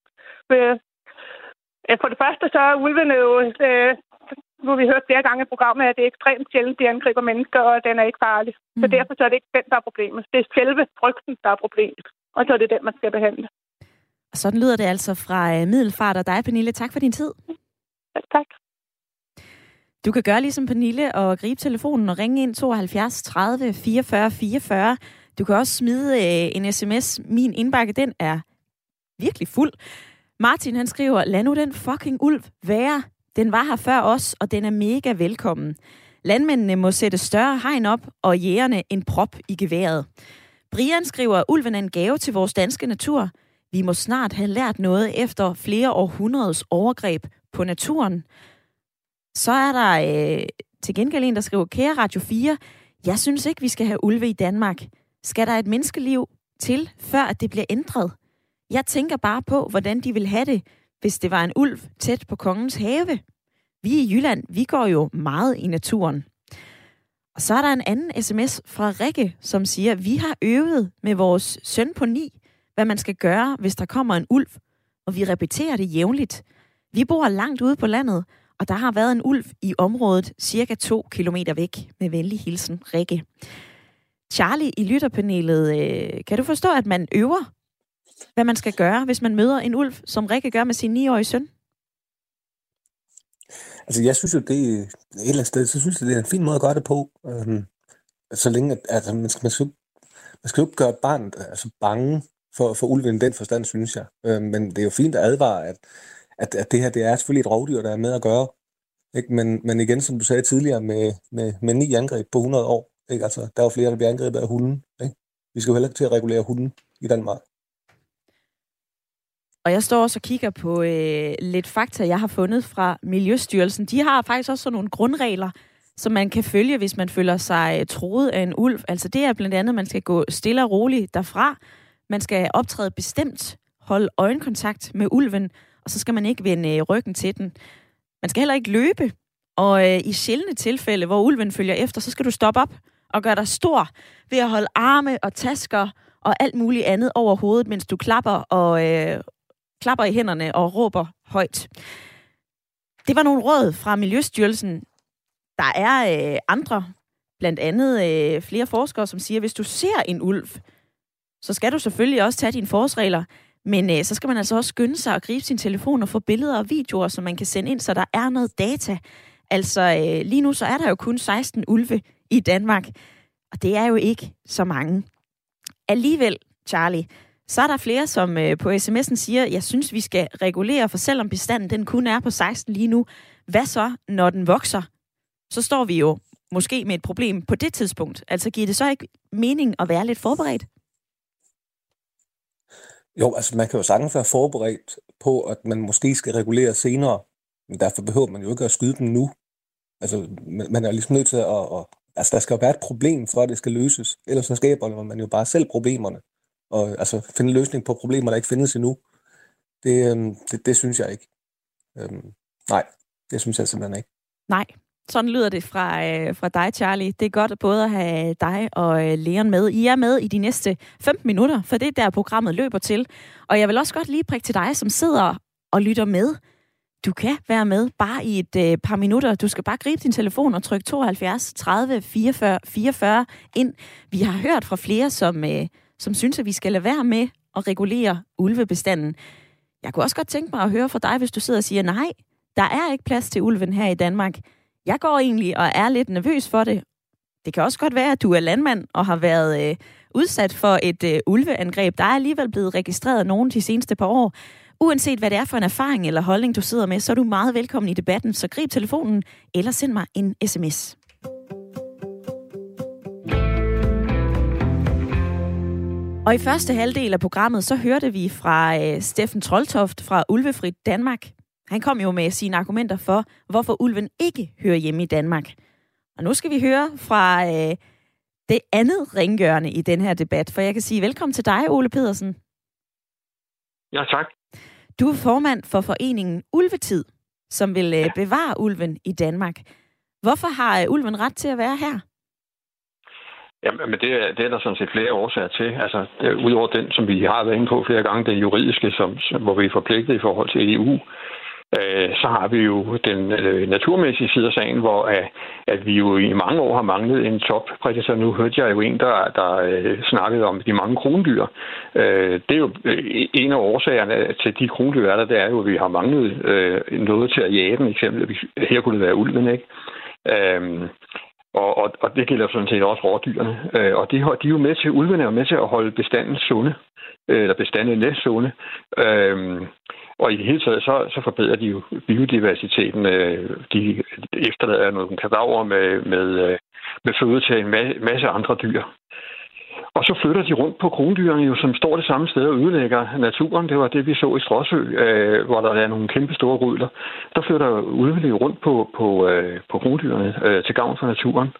For det første, så er ulvene jo, nu har vi hørt flere gange i programmet, at det er ekstremt sjældent, de angriber mennesker, og den er ikke farlig. Så derfor så er det ikke den, der er problemet. Det er selve frygten, der er problemet. Og så er det den, man skal behandle. Og sådan lyder det altså fra Middelfart og dig, Pernille. Tak for din tid. Ja, tak. Du kan gøre ligesom Pernille og gribe telefonen og ringe ind 72 30 44 44. Du kan også smide en sms. Min indbakke, den er virkelig fuld. Martin, han skriver, lad nu den fucking ulv være. Den var her før os, og den er mega velkommen. Landmændene må sætte større hegn op, og jægerne en prop i geværet. Brian skriver, ulven er en gave til vores danske natur. Vi må snart have lært noget efter flere århundredes overgreb på naturen. Så er der til gengæld en, der skriver, kære Radio 4, jeg synes ikke, vi skal have ulve i Danmark. Skal der et menneskeliv til, før at det bliver ændret? Jeg tænker bare på, hvordan de vil have det, hvis det var en ulv tæt på kongens have. Vi i Jylland, vi går jo meget i naturen. Og så er der en anden sms fra Rikke, som siger, vi har øvet med vores søn på 9, hvad man skal gøre, hvis der kommer en ulv. Og vi repeterer det jævnligt. Vi bor langt ude på landet, og der har været en ulv i området cirka 2 kilometer væk. Med venlig hilsen, Rikke. Charlie i lytterpanelet, kan du forstå, at man øver, hvad man skal gøre, hvis man møder en ulv, som Rikke gør med sin 9-årige søn? Altså, jeg synes jo, det er et eller andet sted, så synes jeg, det er en fin måde at gøre det på. Så længe, at man skal jo ikke gøre barnet bange for ulven i den forstand, synes jeg. Men det er jo fint at advare, at det her, det er selvfølgelig et rovdyr, der er med at gøre. Ikke? Men igen, som du sagde tidligere, med 9 angreb på 100 år, ikke? Altså, der er jo flere, der bliver angrebet af hunden. Ikke? Vi skal jo heller ikke til at regulere hunden i Danmark. Og jeg står også og kigger på lidt fakta, jeg har fundet fra Miljøstyrelsen. De har faktisk også sådan nogle grundregler, som man kan følge, hvis man føler sig truet af en ulv. Altså det er blandt andet, at man skal gå stille og roligt derfra. Man skal optræde bestemt, holde øjenkontakt med ulven, og så skal man ikke vende ryggen til den. Man skal heller ikke løbe, og i sjældne tilfælde, hvor ulven følger efter, så skal du stoppe op og gøre dig stor ved at holde arme og tasker og alt muligt andet over hovedet, mens du klapper i hænderne og råber højt. Det var nogle råd fra Miljøstyrelsen. Der er andre, blandt andet flere forskere, som siger, at hvis du ser en ulv, så skal du selvfølgelig også tage dine forholdsregler, men så skal man altså også skynde sig at gribe sin telefon og få billeder og videoer, som man kan sende ind, så der er noget data. Altså lige nu så er der jo kun 16 ulve i Danmark, og det er jo ikke så mange. Alligevel, Charlie, så er der flere, som på sms'en siger, jeg synes, vi skal regulere, for selvom bestanden den kun er på 16 lige nu, hvad så, når den vokser? Så står vi jo måske med et problem på det tidspunkt. Altså giver det så ikke mening at være lidt forberedt? Jo, altså man kan jo sagtens være forberedt på, at man måske skal regulere senere, men derfor behøver man jo ikke at skyde dem nu. Altså man er ligesom nødt til altså der skal jo være et problem, for at det skal løses. Ellers så skaber man jo bare selv problemerne, og altså finde løsning på problemer, der ikke findes endnu. Det synes jeg ikke. Nej, det synes jeg simpelthen ikke. Nej. Sådan lyder det fra dig, Charlie. Det er godt både at have dig og Leon med. I er med i de næste 15 minutter, for det er der programmet løber til. Og jeg vil også godt lige prikke til dig, som sidder og lytter med. Du kan være med bare i et par minutter. Du skal bare gribe din telefon og trykke 72 30 44 44 ind. Vi har hørt fra flere, som synes, at vi skal lade være med at regulere ulvebestanden. Jeg kunne også godt tænke mig at høre fra dig, hvis du sidder og siger, nej, der er ikke plads til ulven her i Danmark. Jeg går egentlig og er lidt nervøs for det. Det kan også godt være, at du er landmand og har været udsat for et ulveangreb. Der er alligevel blevet registreret nogen de seneste par år. Uanset hvad det er for en erfaring eller holdning, du sidder med, så er du meget velkommen i debatten. Så grib telefonen eller send mig en sms. Og i første halvdel af programmet, så hørte vi fra Steffen Troldtoft fra Ulvefrit Danmark. Han kom jo med sine argumenter for, hvorfor ulven ikke hører hjemme i Danmark. Og nu skal vi høre fra det andet ringhjørne i den her debat, for jeg kan sige velkommen til dig, Ole Pedersen. Ja, tak. Du er formand for foreningen Ulvetid, som vil bevare ulven i Danmark. Hvorfor har ulven ret til at være her? Jamen, det er der sådan set flere årsager til. Altså, udover den, som vi har været inde på flere gange, den juridiske, hvor vi er forpligtet i forhold til EU, så har vi jo den naturmæssige side af sagen, hvor at vi jo i mange år har manglet en topprædator. Nu hørte jeg jo en, der snakkede om de mange krondyr. Det er jo en af årsagerne til de krondyr, det er jo, at vi har manglet noget til at jage dem. Eksempelvis, her kunne det være ulven, ikke? Og det gælder sådan set også rådyrene. Og de er jo med til, ulvene er med til at holde bestanden sunde, eller bestanden lidt sunde. Og i det hele taget, så forbedrer de jo biodiversiteten. De efterlader nogle kadaver med føde til en masse andre dyr. Og så flytter de rundt på krondyrene, jo, som står det samme sted og ødelægger naturen. Det var det, vi så i Stråsø, hvor der er nogle kæmpe store rydler. Der flytter ulvene rundt på krondyrene til gavn for naturen.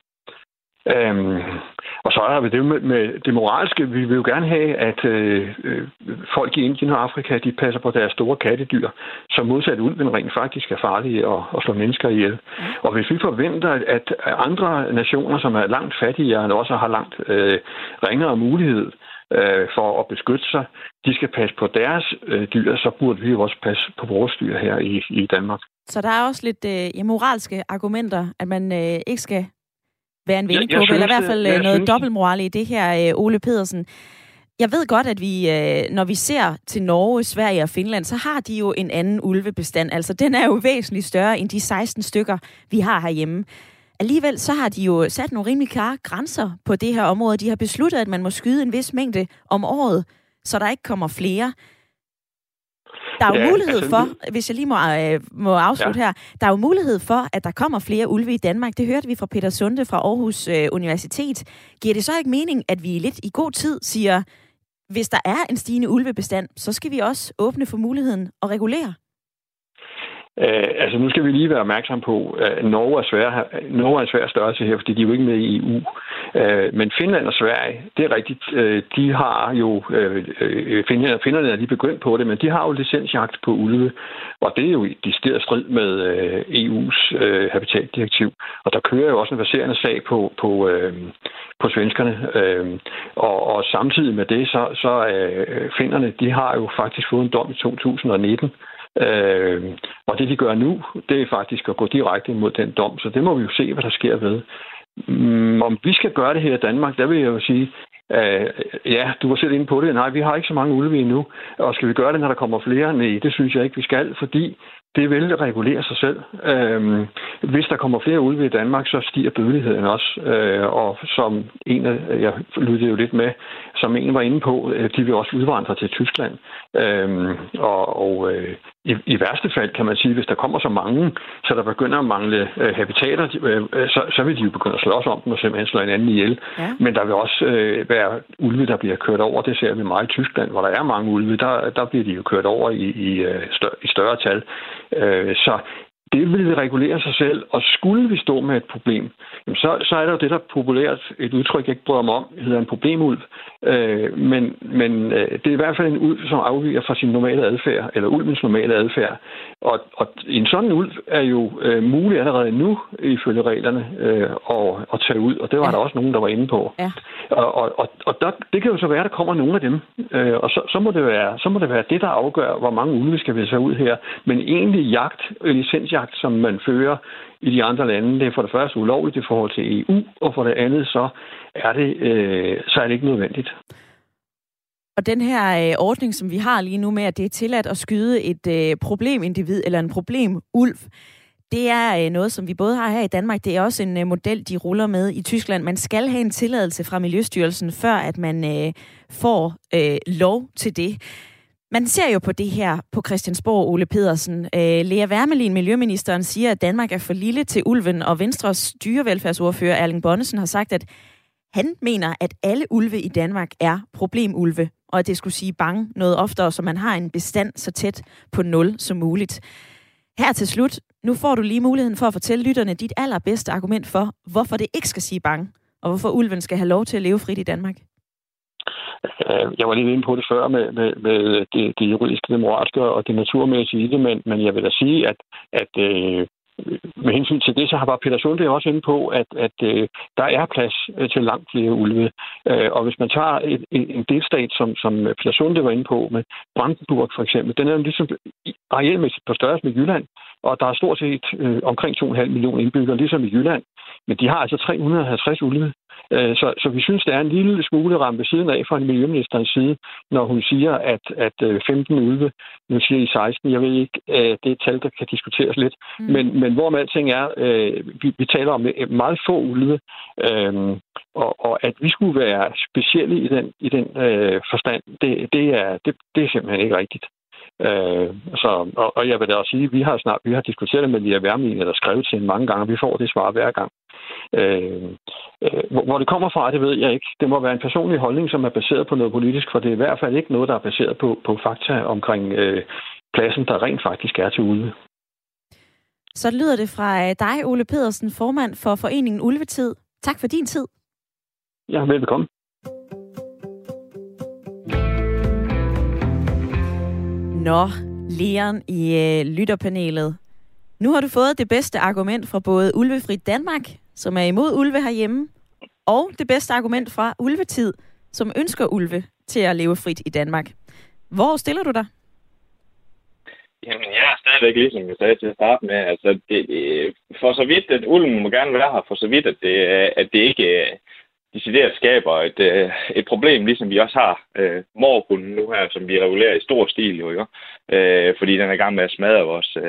Og så er det med det moralske. Vi vil jo gerne have, at folk i Indien og Afrika, de passer på deres store kattedyr, som modsat ulven rent faktisk er farlige og slår mennesker ihjel. Og hvis vi forventer, at andre nationer, som er langt fattigere, og også har langt ringere mulighed for at beskytte sig, de skal passe på deres dyr, så burde vi jo også passe på vores dyr her i Danmark. Så der er også lidt moralske argumenter, at man ikke skal være en vindekåbe, eller i hvert fald noget dobbeltmoral i det her, Ole Pedersen. Jeg ved godt, at vi, når vi ser til Norge, Sverige og Finland, så har de jo en anden ulvebestand. Altså, den er jo væsentligt større end de 16 stykker, vi har herhjemme. Alligevel så har de jo sat nogle rimelig klare grænser på det her område. De har besluttet, at man må skyde en vis mængde om året, så der ikke kommer flere. Der er jo mulighed for, hvis jeg lige må afslutte her, der er jo mulighed for, at der kommer flere ulve i Danmark. Det hørte vi fra Peter Sunde fra Aarhus Universitet. Giver det så ikke mening, at vi lidt i god tid siger, hvis der er en stigende ulvebestand, så skal vi også åbne for muligheden og regulere? Altså nu skal vi lige være opmærksom på, at Norge er en svær størrelse her, fordi de er jo ikke med i EU. Men Finland og Sverige, det er rigtigt, de har jo, Finland er lige begyndt på det, men de har jo licensjagt på ulve, og det er jo i decideret strid med EU's habitatdirektiv. Og der kører jo også en verserende sag på svenskerne. Og samtidig med det, så finnerne, de har jo faktisk fået en dom i 2019, og det de gør nu, det er faktisk at gå direkte imod den dom, så det må vi jo se, hvad der sker ved. Om vi skal gøre det her i Danmark, der vil jeg jo sige, ja, du var selv inde på det, nej, vi har ikke så mange ulve endnu, og skal vi gøre det, når der kommer flere? Nej, det synes jeg ikke, vi skal, fordi det vil regulere sig selv. Hvis der kommer flere ulve i Danmark, så stiger dødeligheden også. Og som en af, jeg lyttede jo lidt med, som en var inde på, de vil også udvandre til Tyskland. I værste fald kan man sige, hvis der kommer så mange, så der begynder at mangle habitater, så vil de jo begynde at slås om dem og simpelthen slå hinanden ihjel. Ja. Men der vil også være ulve, der bliver kørt over. Det ser vi meget i Tyskland, hvor der er mange ulve. Der bliver de jo kørt over i større tal. Så det vil regulere sig selv, og skulle vi stå med et problem, så er der jo det, der populært, et udtryk, jeg ikke bryder mig om, hedder en problemulv. Men det er i hvert fald en ulv, som afviger fra sin normale adfærd, eller ulvens normale adfærd. Og en sådan ulv er jo mulig allerede nu, ifølge reglerne, at tage ud, og det var der også nogen, der var inde på. Ja. Og det kan jo så være, at der kommer nogle af dem, og så må det være det, der afgør, hvor mange ulve skal vi så ud her. Men egentlig licensjagt, som man fører i de andre lande, det er for det første ulovligt i forhold til EU, og for det andet, så er det ikke nødvendigt. Og den her ordning, som vi har lige nu med, at det er tilladt at skyde et problemindivid eller en problemulv, det er noget, som vi både har her i Danmark. Det er også en model, de ruller med i Tyskland. Man skal have en tilladelse fra Miljøstyrelsen, før at man får lov til det. Man ser jo på det her på Christiansborg, Ole Pedersen. Lea Wermelin, miljøministeren, siger, at Danmark er for lille til ulven, og Venstres dyrevelfærdsordfører Erling Bonnesen har sagt, at han mener, at alle ulve i Danmark er problemulve, og at det skulle sige bange noget oftere, så man har en bestand så tæt på 0 som muligt. Her til slut, nu får du lige muligheden for at fortælle lytterne dit allerbedste argument for, hvorfor det ikke skal sige bange, og hvorfor ulven skal have lov til at leve frit i Danmark. Jeg var lige inde på det før med det juridiske, det moralske og det naturmæssige i det, men jeg vil da sige, at med hensyn til det, så har Peter Sunde også inde på, at der er plads til langt flere ulve. Og hvis man tager en delstat, som Peter Sunde var inde på, med Brandenburg for eksempel, den er jo ligesom arealmæssigt på størrelse med Jylland, og der er stort set omkring 2,5 millioner indbyggere, ligesom i Jylland. Men de har altså 350 ulve. Så vi synes, det er en lille smule ramt ved siden af fra miljøministerens side, når hun siger, at 15 ulve, nu siger I 16, jeg ved ikke, det er et tal, der kan diskuteres lidt. Men hvorom alting er, vi taler om meget få ulve, og at vi skulle være specielle i den forstand, det er simpelthen ikke rigtigt. Og jeg vil da også sige, at vi har diskuteret det med Lea Wermelin, eller skrevet til hende mange gange, og vi får det svar hver gang. Hvor det kommer fra, det ved jeg ikke. Det må være en personlig holdning, som er baseret på noget politisk, for det er i hvert fald ikke noget, der er baseret på fakta omkring pladsen, der rent faktisk er til ulve. Så lyder det fra dig, Ole Pedersen, formand for foreningen Ulvetid. Tak for din tid. Ja, velbekomme. Nå, Leon i lytterpanelet. Nu har du fået det bedste argument fra både Ulvefrit Danmark, som er imod ulve herhjemme, og det bedste argument fra Ulvetid, som ønsker ulve til at leve frit i Danmark. Hvor stiller du dig? Jamen, jeg er stadigvæk ligesom jeg sagde til at starte med. Altså, for så vidt, at ulven må gerne være her, for så vidt, at det ikke decideret skaber et problem, ligesom vi også har mårhunden nu her, som vi regulerer i stor stil, jo, ikke? Fordi den er i gang med at smadre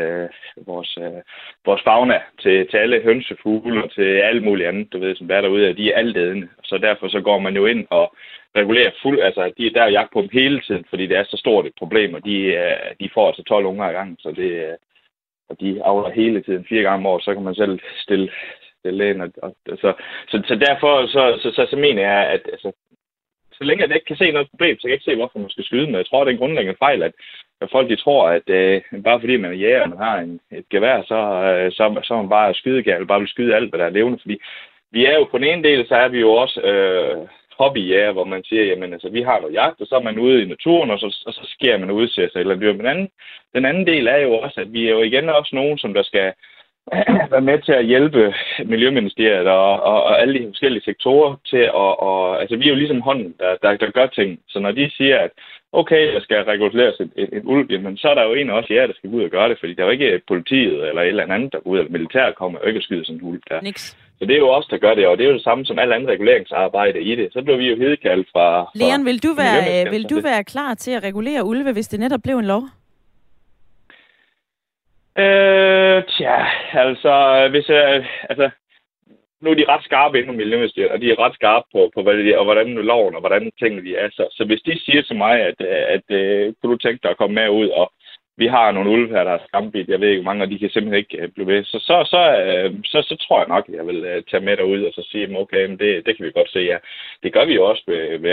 vores fauna til alle hønsefugle og til alt muligt andet, du ved, som er derude, og de er altædende. Så derfor så går man jo ind og regulerer der er jagt på dem hele tiden, fordi det er så stort et problem, og de får altså 12 unger i gang, så og de avler hele tiden 4 gange om året, så kan man selv stille ind. Så derfor så mener jeg, at altså, så længe jeg ikke kan se noget problem, så kan jeg ikke se, hvorfor man skal skyde med. Jeg tror, det er en grundlæggende fejl, at folk de tror, at bare fordi man er jæger, og man har et gevær, så er man bare skydegal, bare vil skyde alt, hvad der er levende. Fordi vi er jo på den ene del, så er vi jo også hobbyjæger, hvor man siger, jamen altså, vi har noget jagt, og så er man ude i naturen, og så sker man ude til sig eller dyr. Men den anden del er jo også, at vi er jo igen også nogen, som der skal være med til at hjælpe Miljøministeriet og alle de forskellige sektorer til altså vi er jo ligesom hånden, der gør ting. Så når de siger, at okay, der skal reguleres et ulv, jamen så er der jo en også der skal gå ud og gøre det, fordi der er jo ikke politiet eller et eller andet, der går ud, eller militæret kommer jo ikke at skyde sådan en ulv der. Niks. Så det er jo os, der gør det, og det er jo det samme som alle andre reguleringsarbejde i det. Så bliver vi jo hedekaldt fra Leon, vil du være klar til at regulere ulve, hvis det netop blev en lov? Nu er de ret skarpe inden for Miljøministeriet, og de er ret skarpe på hvad det er, og hvordan loven og hvordan tingene de er. Så hvis de siger til mig, at kunne du tænke dig at komme med ud, og vi har nogle ulve her, der er skambit, jeg ved ikke, mange, og de kan simpelthen ikke blive ved, så tror jeg nok, at jeg vil tage med derud og så sige, okay, men det kan vi godt se, ja. Det gør vi jo også ved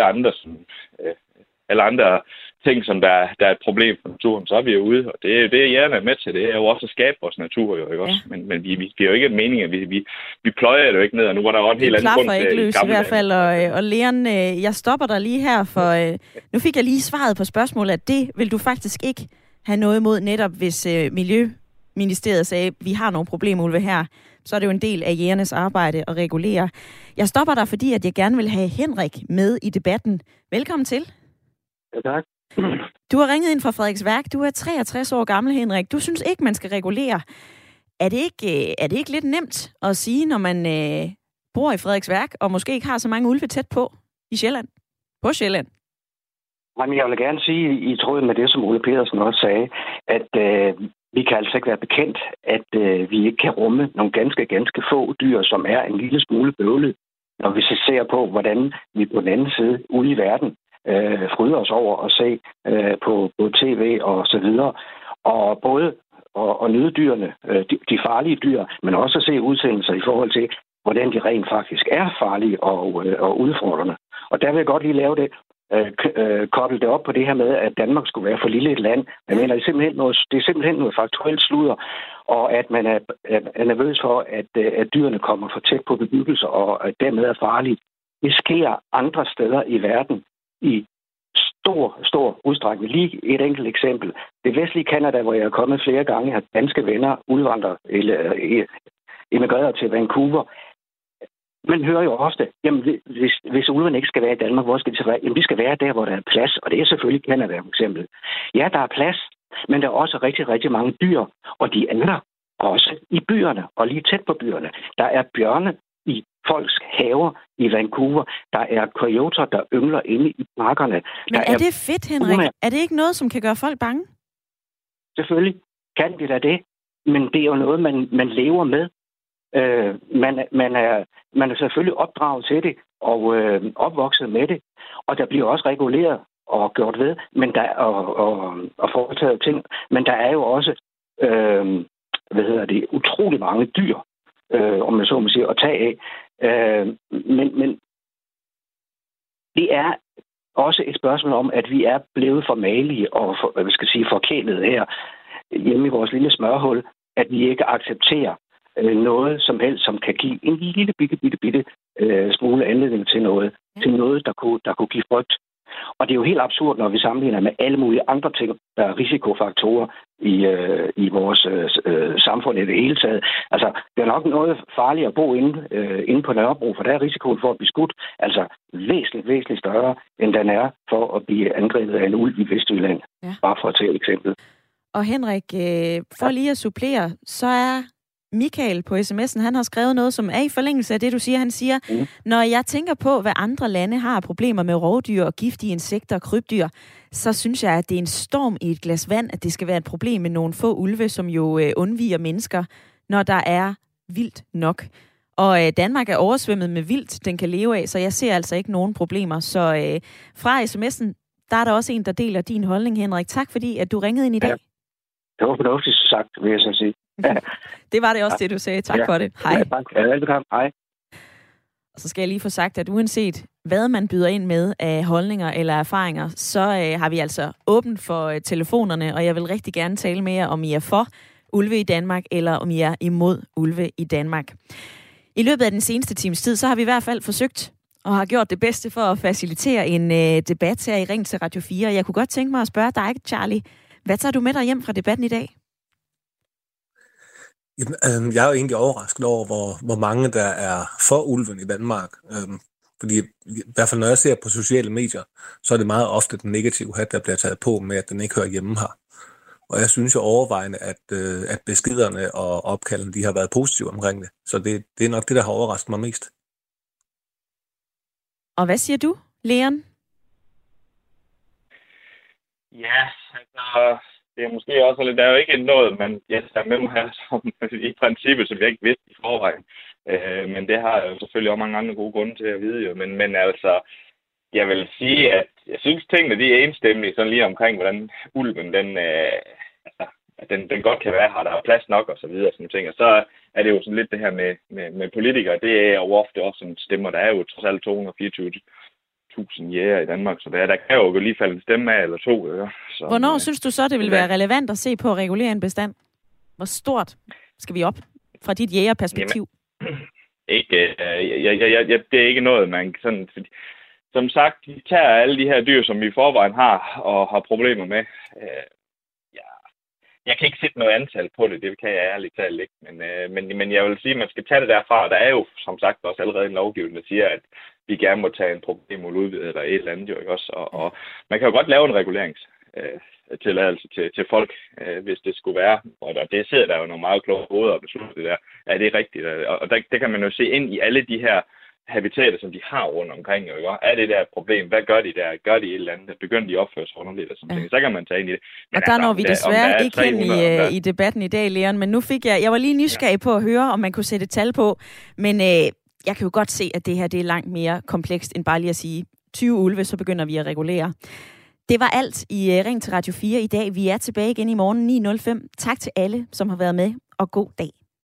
alle andre ting, som der er et problem for naturen, så er vi jo ude, og det er jægerne med til. Det er jo også at skabe vores natur, jo, ikke også? Men vi giver jo ikke en mening, at vi pløjer det jo ikke ned, og nu var der jo en helt anden grund til ikke løs i hvert fald, og Leon, jeg stopper dig lige her, for nu fik jeg lige svaret på spørgsmålet, at det vil du faktisk ikke have noget imod, netop hvis Miljøministeriet sagde, vi har nogle problemer, Ulve, her, så er det jo en del af jægernes arbejde at regulere. Jeg stopper dig, fordi at jeg gerne vil have Henrik med i debatten. Velkommen til. Ja, tak. Du har ringet ind fra Frederiksværk. Du er 63 år gammel, Henrik. Du synes ikke, man skal regulere. Er det ikke lidt nemt at sige, når man bor i Frederiksværk, og måske ikke har så mange ulve tæt på i Sjælland? På Sjælland? Jamen, jeg vil gerne sige, i tråd med det, som Ole Pedersen også sagde, at vi kan altså ikke være bekendt, at vi ikke kan rumme nogle ganske få dyr, som er en lille smule bøvlet, når vi ser på, hvordan vi på den anden side ude i verden fryder os over at se på tv og så videre. Og både at nyde dyrene, de farlige dyr, men også at se udsendelser i forhold til, hvordan de rent faktisk er farlige og udfordrende. Og der vil jeg godt lige lave det, koble det op på det her med, at Danmark skulle være for lille et land. Jeg mener, det er simpelthen noget faktuelt sludder, og at man er nervøs for, at dyrene kommer for tæt på bebyggelse, og at dermed er farlige. Det sker andre steder i verden i stor udstrækning. Lige et enkelt eksempel. Det vestlige Canada, hvor jeg er kommet flere gange, har danske venner udvandret eller emigreret til Vancouver. Man hører jo ofte, jamen hvis ulvene ikke skal være i Danmark, hvor skal de så være? Jamen de skal være der, hvor der er plads, og det er selvfølgelig Canada for eksempel. Ja, der er plads, men der er også rigtig mange dyr, og de er der også i byerne, og lige tæt på byerne. Der er bjørne i folks haver i Vancouver. Der er coyoter, der yngler inde i parkerne. Men er det fedt, Henrik? Er det ikke noget, som kan gøre folk bange? Selvfølgelig kan det da det, men det er jo noget, man lever med. Man er selvfølgelig opdraget til det og opvokset med det, og der bliver også reguleret og gjort ved, men der og foretaget ting, men der er jo også utrolig mange dyr, om man så må sige, at tage af. Men det er også et spørgsmål om, at vi er blevet for malige og forkælet her hjemme i vores lille smørhul, at vi ikke accepterer noget som helst, som kan give en lille bitte smule anledning til noget, der kunne give frygt. Og det er jo helt absurd, når vi sammenligner med alle mulige andre ting, der er risikofaktorer i vores samfund i det hele taget. Altså, det er nok noget farligt at bo inde på Nørrebro, for der er risikoen for at blive skudt altså væsentligt større, end den er for at blive angrebet af en ulv i Vestjylland. Ja. Bare for at tage et eksempel. Og Henrik, for lige at supplere, så er Michael på sms'en, han har skrevet noget, som er i forlængelse af det, du siger. Han siger, når jeg tænker på, hvad andre lande har problemer med rovdyr og giftige insekter og krybdyr, så synes jeg, at det er en storm i et glas vand, at det skal være et problem med nogle få ulve, som jo undviger mennesker, når der er vildt nok. Og Danmark er oversvømmet med vildt, den kan leve af, så jeg ser altså ikke nogen problemer. Så fra sms'en, der er der også en, der deler din holdning, Henrik. Tak fordi, at du ringede ind i dag. Ja. Det var fornuftigt sagt, vil jeg så sige. Det var det også, det du sagde. Tak for det. Hej. Ja, tak. Ja, velbekomme. Hej. Og så skal jeg lige få sagt, at uanset hvad man byder ind med af holdninger eller erfaringer, så har vi altså åbent for telefonerne, og jeg vil rigtig gerne tale med jer, om I er for ulve i Danmark, eller om I er imod ulve i Danmark. I løbet af den seneste times tid, så har vi i hvert fald forsøgt og har gjort det bedste for at facilitere en debat her i Ring til Radio 4. Jeg kunne godt tænke mig at spørge dig, Charlie, hvad tager du med dig hjem fra debatten i dag? Jeg er jo egentlig overrasket over, hvor mange der er for ulven i Danmark. Fordi i hvert fald når jeg ser på sociale medier, så er det meget ofte den negative hat, der bliver taget på med, at den ikke hører hjemme her. Og jeg synes jo overvejende, at beskederne og opkaldene, de har været positive omkring det. Så det er nok det, der har overrasket mig mest. Og hvad siger du, Leon? Ja, altså, det er måske også lidt, der er jo ikke noget, man tager med mig her som, i princippet, som jeg ikke vidste i forvejen. Men det har jeg jo selvfølgelig også mange andre gode grunde til at vide jo. Men altså, jeg vil sige, at jeg synes tingene, de er enstemmige sådan lige omkring, hvordan ulven, den godt kan være her, der er plads nok og så videre, sådan ting. Og så er det jo sådan lidt det her med politikere, det er jo ofte også sådan stemmer, der er jo trods alt 224.000 jæger i Danmark, så der kan jo lige falde en stemme af eller to. Ja. Så, hvornår synes du så, det vil være relevant at se på at regulere en bestand? Hvor stort skal vi op fra dit jægerperspektiv? Ikke, det er ikke noget, man sådan... Som sagt, de tager alle de her dyr, som vi i forvejen har og har problemer med. Jeg kan ikke sætte noget antal på det, det kan jeg ærligt talt ikke. Men jeg vil sige, at man skal tage det derfra. Der er jo som sagt også allerede en lovgivning, der siger, at vi gerne må tage en problemmål ud eller et eller andet jo ikke også. Og man kan jo godt lave en reguleringstilladelse til folk, hvis det skulle være. Og det sidder der jo nogle meget kloge hoveder og beslutte det der. Er det rigtigt? Og det kan man jo se ind i alle de her habitater, som de har rundt omkring. Jo, ikke? Er det der et problem? Hvad gør de der? Gør de et eller andet? Begynder de at opføre sig underligt? Og sådan ting. Så kan man tage ind i det. Men og der når vi desværre ikke hen i debatten i dag, Leon. Men nu jeg var lige nysgerrig på at høre, om man kunne sætte et tal på. Men jeg kan jo godt se, at det her det er langt mere komplekst, end bare lige at sige 20 ulve, så begynder vi at regulere. Det var alt i Ring til Radio 4 i dag. Vi er tilbage igen i morgen 9:05. Tak til alle, som har været med, og god dag.